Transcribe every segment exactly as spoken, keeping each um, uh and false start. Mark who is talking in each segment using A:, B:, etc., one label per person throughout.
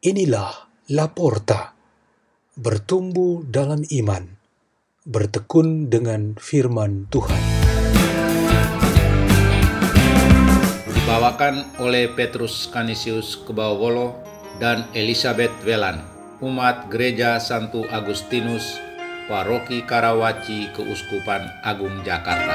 A: Inilah Laporta, bertumbuh dalam iman, bertekun dengan firman Tuhan.
B: Dibawakan oleh Petrus Canisius Kebawolo dan Elizabeth Welan, umat Gereja Santo Agustinus, Paroki Karawaci, Keuskupan Agung Jakarta.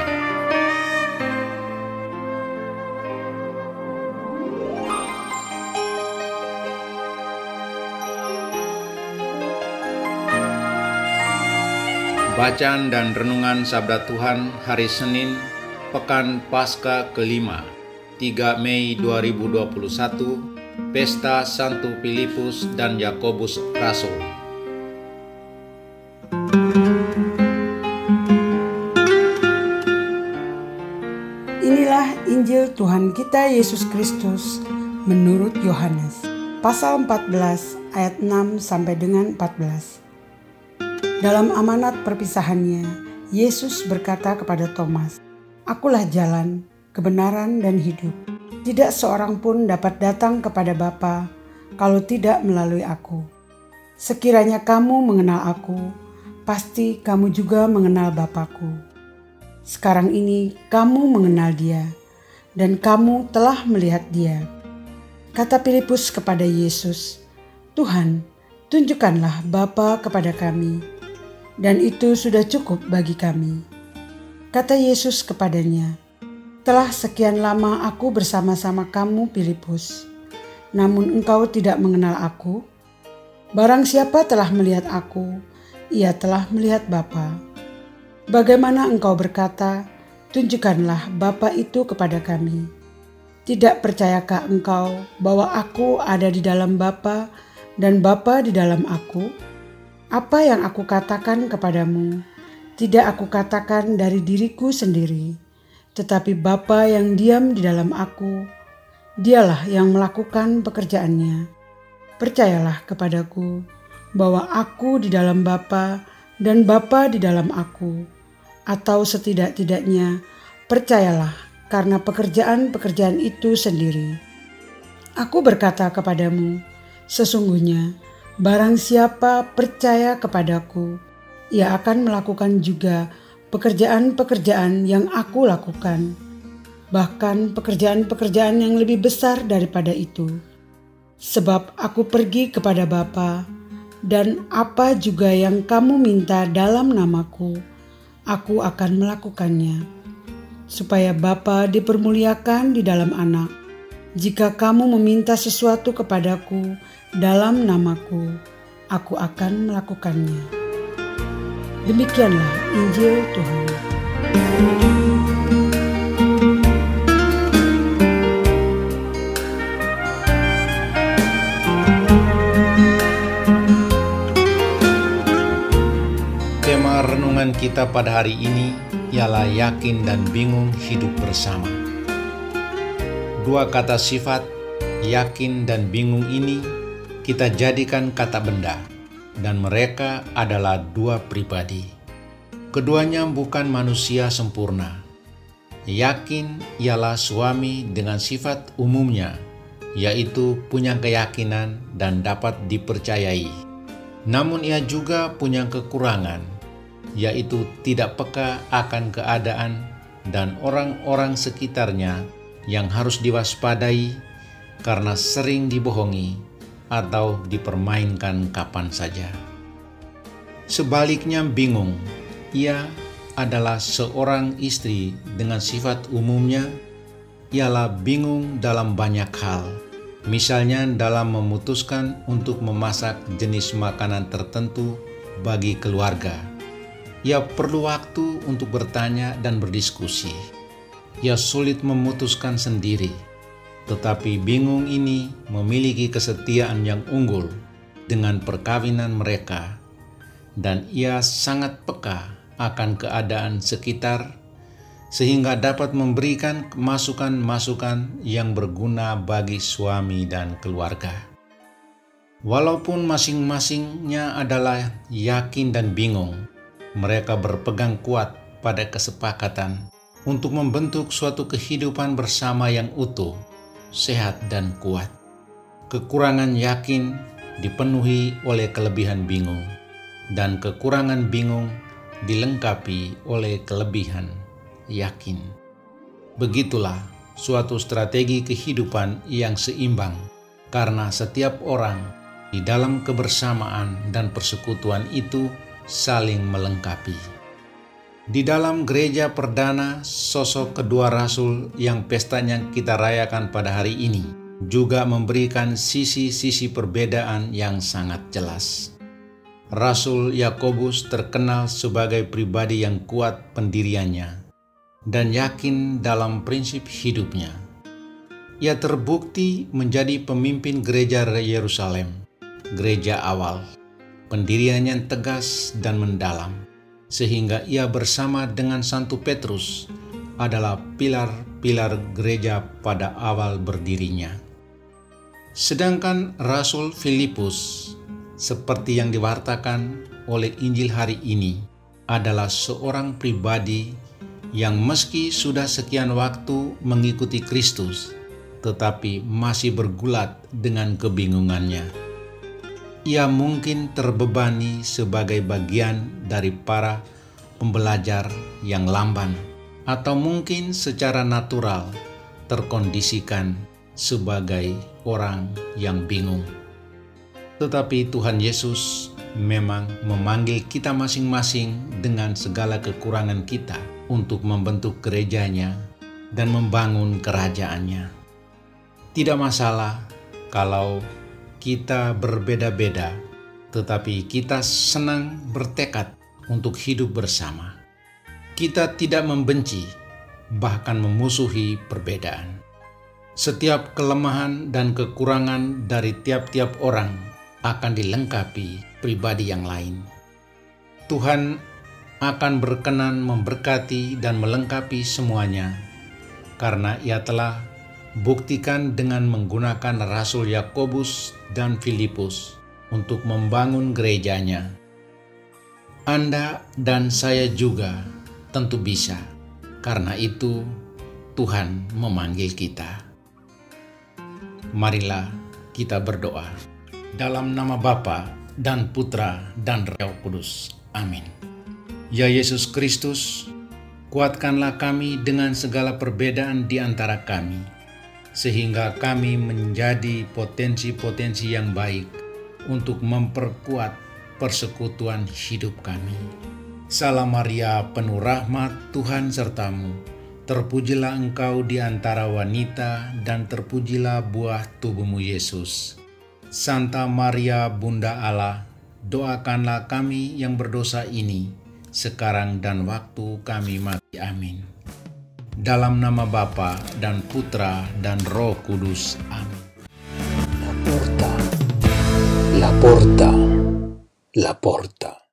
B: Bacaan dan renungan Sabda Tuhan hari Senin, Pekan Paskah kelima, tiga Mei dua ribu dua puluh satu, Pesta Santo Filipus dan Yakobus Rasul.
C: Inilah Injil Tuhan kita Yesus Kristus menurut Yohanes, pasal empat belas ayat enam sampai dengan empat belas. Dalam amanat perpisahannya, Yesus berkata kepada Thomas, "Akulah jalan, kebenaran, dan hidup. Tidak seorang pun dapat datang kepada Bapa kalau tidak melalui aku. Sekiranya kamu mengenal aku, pasti kamu juga mengenal Bapa-Ku. Sekarang ini kamu mengenal Dia, dan kamu telah melihat Dia." Kata Filipus kepada Yesus, "Tuhan, tunjukkanlah Bapa kepada kami, dan itu sudah cukup bagi kami." Kata Yesus kepadanya, "Telah sekian lama aku bersama-sama kamu, Filipus, namun engkau tidak mengenal aku? Barang siapa telah melihat aku, ia telah melihat Bapa. Bagaimana engkau berkata, 'Tunjukkanlah Bapa itu kepada kami'? Tidak percayakah engkau bahwa aku ada di dalam Bapa dan Bapa di dalam aku? Apa yang aku katakan kepadamu, tidak aku katakan dari diriku sendiri, tetapi Bapa yang diam di dalam aku, Dialah yang melakukan pekerjaannya. Percayalah kepadaku bahwa aku di dalam Bapa dan Bapa di dalam aku, atau setidak-tidaknya percayalah karena pekerjaan-pekerjaan itu sendiri. Aku berkata kepadamu, sesungguhnya barang siapa percaya kepadaku, ia akan melakukan juga pekerjaan-pekerjaan yang aku lakukan, bahkan pekerjaan-pekerjaan yang lebih besar daripada itu. Sebab aku pergi kepada Bapa, dan apa juga yang kamu minta dalam namaku, aku akan melakukannya, supaya Bapa dipermuliakan di dalam Anak. Jika kamu meminta sesuatu kepadaku dalam namaku, aku akan melakukannya." Demikianlah Injil Tuhan.
B: Tema renungan kita pada hari ini ialah yakin dan bingung hidup bersama. Dua kata sifat, yakin dan bingung ini kita jadikan kata benda, dan mereka adalah dua pribadi. Keduanya bukan manusia sempurna. Yakin ialah suami dengan sifat umumnya, yaitu punya keyakinan dan dapat dipercayai. Namun ia juga punya kekurangan, yaitu tidak peka akan keadaan dan orang-orang sekitarnya yang harus diwaspadai karena sering dibohongi atau dipermainkan kapan saja. Sebaliknya bingung, ia adalah seorang istri dengan sifat umumnya, ialah bingung dalam banyak hal. Misalnya dalam memutuskan untuk memasak jenis makanan tertentu bagi keluarga. Ia perlu waktu untuk bertanya dan berdiskusi. Ia sulit memutuskan sendiri. Tetapi bingung ini memiliki kesetiaan yang unggul dengan perkawinan mereka, dan ia sangat peka akan keadaan sekitar sehingga dapat memberikan masukan-masukan yang berguna bagi suami dan keluarga. Walaupun masing-masingnya adalah yakin dan bingung, mereka berpegang kuat pada kesepakatan untuk membentuk suatu kehidupan bersama yang utuh, sehat dan kuat. Kekurangan yakin dipenuhi oleh kelebihan bingung, dan kekurangan bingung dilengkapi oleh kelebihan yakin. Begitulah suatu strategi kehidupan yang seimbang, karena setiap orang di dalam kebersamaan dan persekutuan itu saling melengkapi. Di dalam gereja perdana, sosok kedua rasul yang pestanya kita rayakan pada hari ini juga memberikan sisi-sisi perbedaan yang sangat jelas. Rasul Yakobus terkenal sebagai pribadi yang kuat pendiriannya dan yakin dalam prinsip hidupnya. Ia terbukti menjadi pemimpin gereja Yerusalem, gereja awal. Pendiriannya tegas dan mendalam, sehingga ia bersama dengan Santo Petrus adalah pilar-pilar gereja pada awal berdirinya. Sedangkan Rasul Filipus, seperti yang diwartakan oleh Injil hari ini, adalah seorang pribadi yang meski sudah sekian waktu mengikuti Kristus, tetapi masih bergulat dengan kebingungannya. Ia mungkin terbebani sebagai bagian dari para pembelajar yang lamban, atau mungkin secara natural terkondisikan sebagai orang yang bingung. Tetapi Tuhan Yesus memang memanggil kita masing-masing dengan segala kekurangan kita untuk membentuk gerejanya dan membangun kerajaannya. Tidak masalah kalau kita berbeda-beda, tetapi kita senang bertekad untuk hidup bersama. Kita tidak membenci, bahkan memusuhi perbedaan. Setiap kelemahan dan kekurangan dari tiap-tiap orang akan dilengkapi pribadi yang lain. Tuhan akan berkenan memberkati dan melengkapi semuanya, karena Ia telah buktikan dengan menggunakan Rasul Yakobus dan Filipus untuk membangun gerejanya. Anda dan saya juga tentu bisa, karena itu Tuhan memanggil kita. Marilah kita berdoa. Dalam nama Bapa dan Putra dan Roh Kudus. Amin. Ya Yesus Kristus, kuatkanlah kami dengan segala perbedaan di antara kami, sehingga kami menjadi potensi-potensi yang baik untuk memperkuat persekutuan hidup kami. Salam Maria, penuh rahmat, Tuhan sertamu. Terpujilah engkau di antara wanita, dan terpujilah buah tubuhmu Yesus. Santa Maria, Bunda Allah, doakanlah kami yang berdosa ini, sekarang dan waktu kami mati. Amin. Dalam nama Bapa dan Putra dan Roh Kudus. Amin.
A: La porta, la porta, la porta.